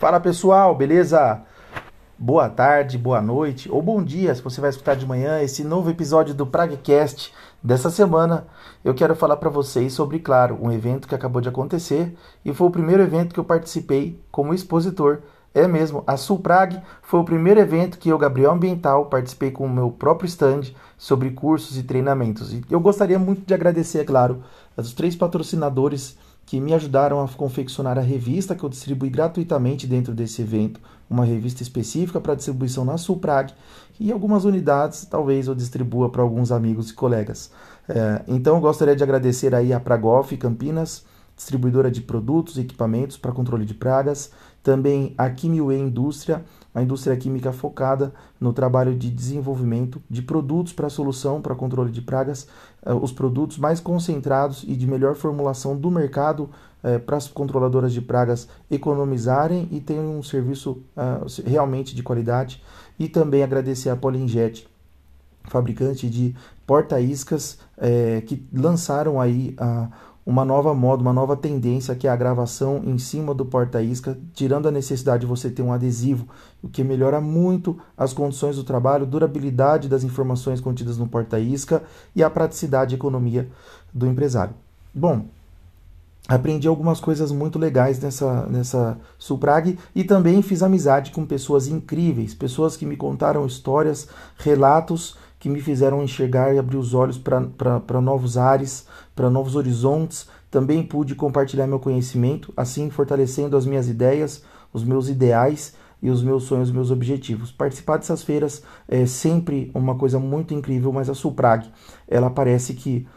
Fala pessoal, beleza? Boa tarde, boa noite ou bom dia se você vai escutar de manhã esse novo episódio do PragCast. Dessa semana eu quero falar para vocês sobre, claro, um evento que acabou de acontecer e foi o primeiro evento que eu participei como expositor. É mesmo, a Sulprag foi o primeiro evento que eu, Gabriel Ambiental, participei com o meu próprio stand sobre cursos e treinamentos. E eu gostaria muito de agradecer, é claro, aos 3 patrocinadores que me ajudaram a confeccionar a revista que eu distribuí gratuitamente dentro desse evento, uma revista específica para distribuição na Sulprag, e algumas unidades talvez eu distribua para alguns amigos e colegas. Então eu gostaria de agradecer aí a Pragoff Campinas, distribuidora de produtos e equipamentos para controle de pragas, também a Quimiway Indústria, a indústria química focada no trabalho de desenvolvimento de produtos para solução para controle de pragas, os produtos mais concentrados e de melhor formulação do mercado para as controladoras de pragas economizarem e terem um serviço realmente de qualidade. E também agradecer a Polinjet, fabricante de porta-iscas, que lançaram aí uma nova moda, uma nova tendência, que é a gravação em cima do porta-isca, tirando a necessidade de você ter um adesivo, o que melhora muito as condições do trabalho, durabilidade das informações contidas no porta-isca e a praticidade e economia do empresário. Bom, aprendi algumas coisas muito legais nessa Sulprag e também fiz amizade com pessoas incríveis, pessoas que me contaram histórias, relatos que me fizeram enxergar e abrir os olhos para novos ares, para novos horizontes. Também pude compartilhar meu conhecimento, assim fortalecendo as minhas ideias, os meus ideais e os meus sonhos, os meus objetivos. Participar dessas feiras é sempre uma coisa muito incrível, mas a Sulprag, ela parece que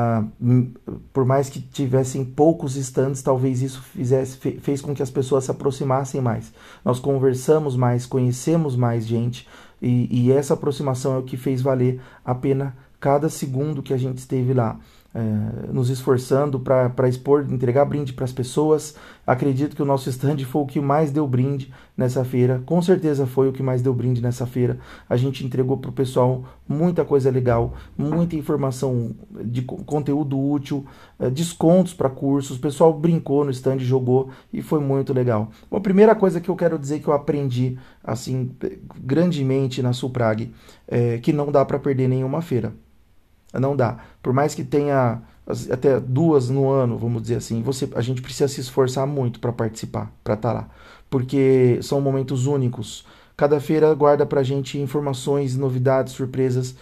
por mais que tivessem poucos stands, talvez isso fez com que as pessoas se aproximassem mais. Nós conversamos mais, conhecemos mais gente, e essa aproximação é o que fez valer a pena cada segundo que a gente esteve lá, nos esforçando para expor, entregar brinde para as pessoas. Acredito que o nosso stand foi o que mais deu brinde nessa feira, com certeza foi o que mais deu brinde nessa feira. A gente entregou para o pessoal muita coisa legal, muita informação de conteúdo útil, descontos para cursos. O pessoal brincou no stand, jogou e foi muito legal. Bom, a primeira coisa que eu quero dizer que eu aprendi assim grandemente na Sulprag é que não dá para perder nenhuma feira. Não dá. Por mais que tenha até 2 no ano, vamos dizer assim, a gente precisa se esforçar muito para participar, para estar lá. Porque são momentos únicos. Cada feira guarda para a gente informações, novidades, surpresas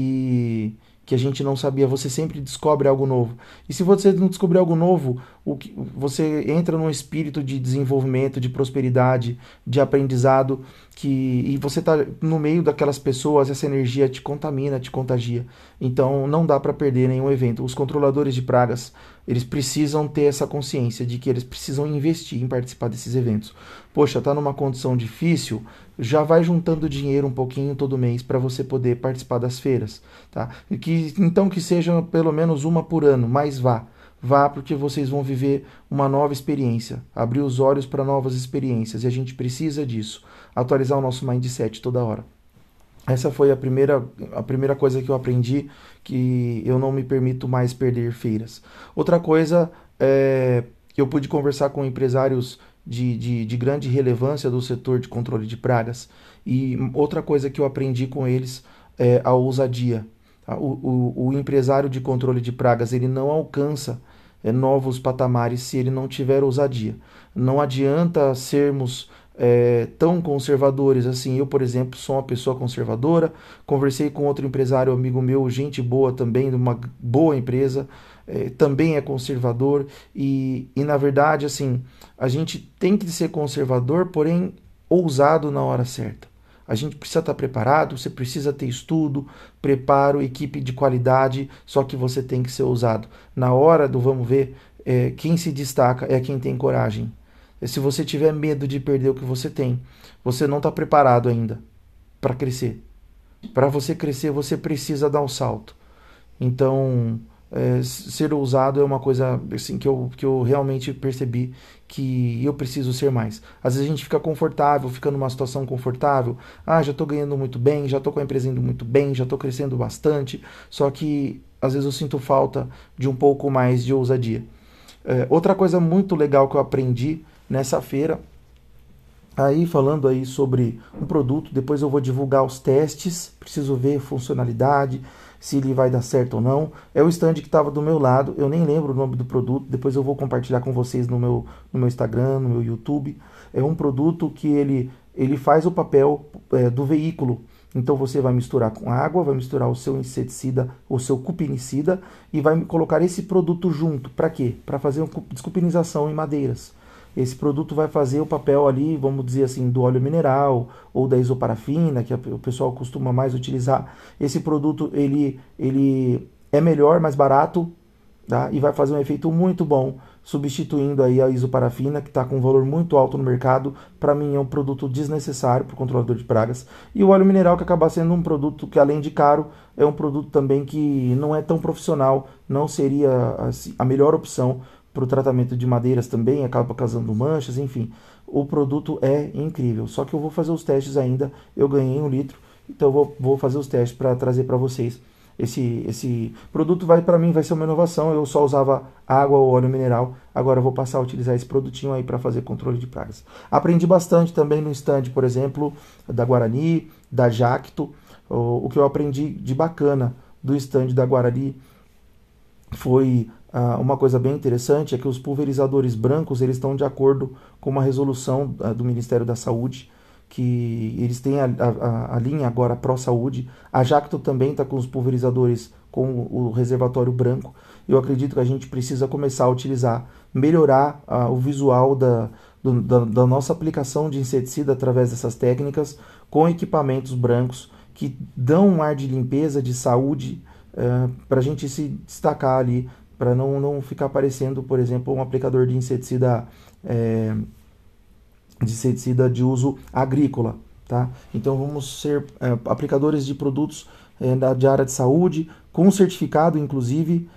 que a gente não sabia. Você sempre descobre algo novo. E se você não descobrir algo novo, você entra num espírito de desenvolvimento, de prosperidade, de aprendizado, e você está no meio daquelas pessoas, essa energia te contamina, te contagia. Então não dá para perder nenhum evento. Os controladores de pragas, eles precisam ter essa consciência de que eles precisam investir em participar desses eventos. Poxa, tá numa condição difícil, já vai juntando dinheiro um pouquinho todo mês para você poder participar das feiras, tá? Então que seja pelo menos uma por ano, mas vá. Vá, porque vocês vão viver uma nova experiência, abrir os olhos para novas experiências, e a gente precisa disso, atualizar o nosso mindset toda hora. Essa foi a primeira coisa que eu aprendi, que eu não me permito mais perder feiras. Outra coisa é que eu pude conversar com empresários de grande relevância do setor de controle de pragas, e outra coisa que eu aprendi com eles é a ousadia. O empresário de controle de pragas, ele não alcança novos patamares se ele não tiver ousadia. Não adianta sermos tão conservadores assim. Eu, por exemplo, sou uma pessoa conservadora. Conversei com outro empresário, amigo meu, gente boa também, de uma boa empresa, também é conservador. E na verdade, assim, a gente tem que ser conservador, porém ousado na hora certa. A gente precisa estar preparado, você precisa ter estudo, preparo, equipe de qualidade, só que você tem que ser ousado. Na hora do vamos ver, quem se destaca é quem tem coragem. Se você tiver medo de perder o que você tem, você não está preparado ainda para crescer. Para você crescer, você precisa dar um salto. Então, ser ousado é uma coisa assim, que eu realmente percebi que eu preciso ser mais. Às vezes a gente fica confortável, fica numa situação confortável. Já estou ganhando muito bem, já estou com a empresa indo muito bem, já estou crescendo bastante. Só que às vezes eu sinto falta de um pouco mais de ousadia. Outra coisa muito legal que eu aprendi nessa feira Aí falando aí sobre um produto, depois eu vou divulgar os testes, preciso ver funcionalidade, se ele vai dar certo ou não. É o stand que estava do meu lado, eu nem lembro o nome do produto, depois eu vou compartilhar com vocês no meu Instagram, no meu YouTube. É um produto que ele faz o papel do veículo. Então você vai misturar com água, vai misturar o seu inseticida, o seu cupinicida e vai colocar esse produto junto. Para quê? Para fazer uma descupinização em madeiras. Esse produto vai fazer o papel ali, vamos dizer assim, do óleo mineral ou da isoparafina, que o pessoal costuma mais utilizar. Esse produto ele é melhor, mais barato, tá? E vai fazer um efeito muito bom, substituindo aí a isoparafina, que está com um valor muito alto no mercado. Para mim é um produto desnecessário para o controlador de pragas. E o óleo mineral, que acaba sendo um produto que, além de caro, é um produto também que não é tão profissional, não seria assim, a melhor opção para o tratamento de madeiras também, acaba causando manchas, enfim. O produto é incrível, só que eu vou fazer os testes ainda, eu ganhei 1 litro, então eu vou fazer os testes para trazer para vocês. Esse produto para mim vai ser uma inovação, eu só usava água ou óleo mineral, agora eu vou passar a utilizar esse produtinho aí para fazer controle de pragas. Aprendi bastante também no stand, por exemplo, da Guarani, da Jacto. O que eu aprendi de bacana do stand da Guarani foi uma coisa bem interessante, é que os pulverizadores brancos eles estão de acordo com uma resolução do Ministério da Saúde, que eles têm a linha agora pró-saúde. A Jacto também está com os pulverizadores com o reservatório branco. Eu acredito que a gente precisa começar a utilizar, melhorar o visual da nossa aplicação de inseticida através dessas técnicas, com equipamentos brancos que dão um ar de limpeza, de saúde, para a gente se destacar ali, para não ficar parecendo, por exemplo, um aplicador de inseticida de uso agrícola, tá? Então vamos ser aplicadores de produtos de área de saúde, com certificado, inclusive,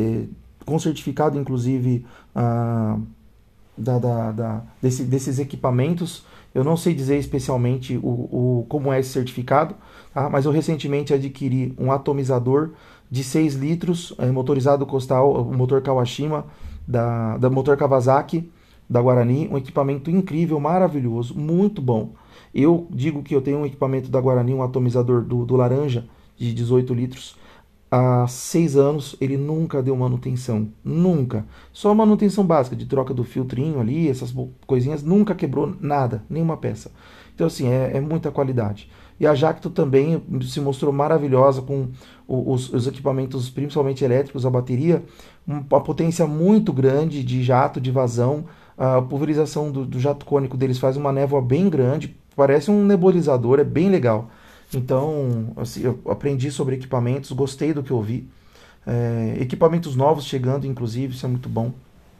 desses equipamentos. Eu não sei dizer especialmente como é esse certificado, tá? Mas eu recentemente adquiri um atomizador de 6 litros, motorizado Costal, motor Kawashima, da motor Kawasaki, da Guarani, um equipamento incrível, maravilhoso, muito bom. Eu digo que eu tenho um equipamento da Guarani, um atomizador do Laranja, de 18 litros, há 6 anos, ele nunca deu manutenção, nunca. Só manutenção básica, de troca do filtrinho ali, essas coisinhas, nunca quebrou nada, nenhuma peça. Então, assim, é muita qualidade. E a Jacto também se mostrou maravilhosa com os equipamentos, principalmente elétricos, a bateria, uma potência muito grande de jato, de vazão. A pulverização do jato cônico deles faz uma névoa bem grande, parece um nebulizador, é bem legal. Então, assim, eu aprendi sobre equipamentos, gostei do que eu vi. Equipamentos novos chegando, inclusive, isso é muito bom.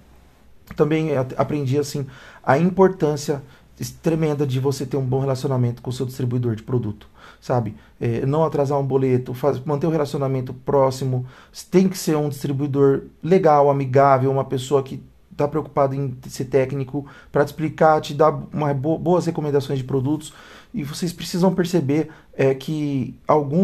Também aprendi assim a importância tremenda de você ter um bom relacionamento com o seu distribuidor de produto, sabe? Não atrasar um boleto, manter o relacionamento próximo. Tem que ser um distribuidor legal, amigável, uma pessoa que está preocupado em ser técnico para te explicar, te dar boas recomendações de produtos. E vocês precisam perceber que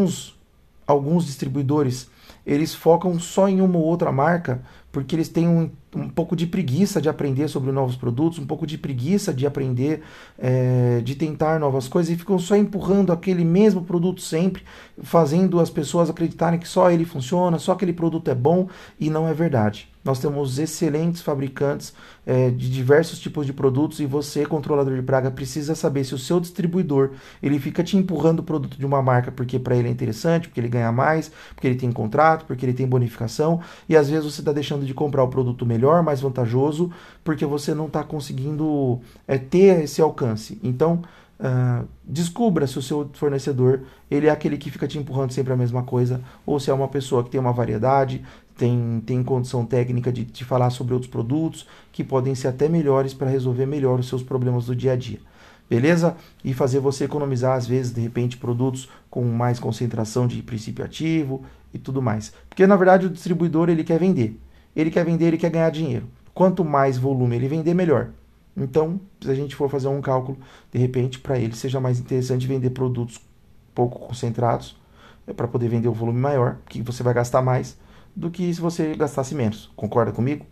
alguns distribuidores eles focam só em uma ou outra marca porque eles têm um pouco de preguiça de aprender sobre novos produtos, um pouco de preguiça de aprender, de tentar novas coisas, e ficam só empurrando aquele mesmo produto sempre, fazendo as pessoas acreditarem que só ele funciona, só aquele produto é bom, e não é verdade. Nós temos excelentes fabricantes de diversos tipos de produtos, e você, controlador de praga, precisa saber se o seu distribuidor ele fica te empurrando o produto de uma marca porque para ele é interessante, porque ele ganha mais, porque ele tem contrato, porque ele tem bonificação, e às vezes você está deixando de comprar o produto melhor, mais vantajoso, porque você não está conseguindo ter esse alcance. Então, descubra se o seu fornecedor ele é aquele que fica te empurrando sempre a mesma coisa, ou se é uma pessoa que tem uma variedade, tem condição técnica de te falar sobre outros produtos que podem ser até melhores para resolver melhor os seus problemas do dia a dia. Beleza? E fazer você economizar, às vezes, de repente, produtos com mais concentração de princípio ativo e tudo mais. Porque, na verdade, o distribuidor ele quer vender. Ele quer vender, ele quer ganhar dinheiro. Quanto mais volume ele vender, melhor. Então, se a gente for fazer um cálculo, de repente, para ele seja mais interessante vender produtos pouco concentrados, para poder vender um volume maior, que você vai gastar mais, do que se você gastasse menos. Concorda comigo?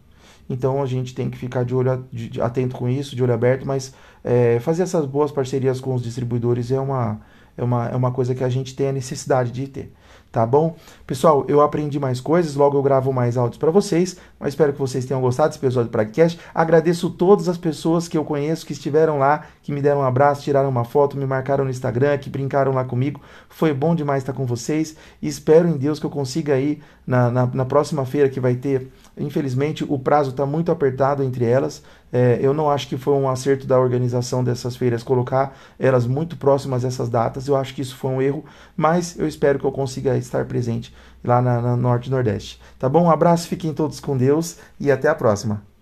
então a gente tem que ficar atento com isso, de olho aberto, mas fazer essas boas parcerias com os distribuidores é uma coisa que a gente tem a necessidade de ter. Tá bom? Pessoal, eu aprendi mais coisas, logo eu gravo mais áudios para vocês, mas espero que vocês tenham gostado desse episódio do Pragcast. Agradeço todas as pessoas que eu conheço, que estiveram lá, que me deram um abraço, tiraram uma foto, me marcaram no Instagram, que brincaram lá comigo. Foi bom demais estar com vocês e espero em Deus que eu consiga ir na próxima feira que vai ter. Infelizmente, o prazo está muito apertado entre elas. Eu não acho que foi um acerto da organização dessas feiras colocar elas muito próximas dessas datas. Eu acho que isso foi um erro, mas eu espero que eu consiga estar presente lá na Norte e Nordeste. Tá bom? Um abraço, fiquem todos com Deus e até a próxima.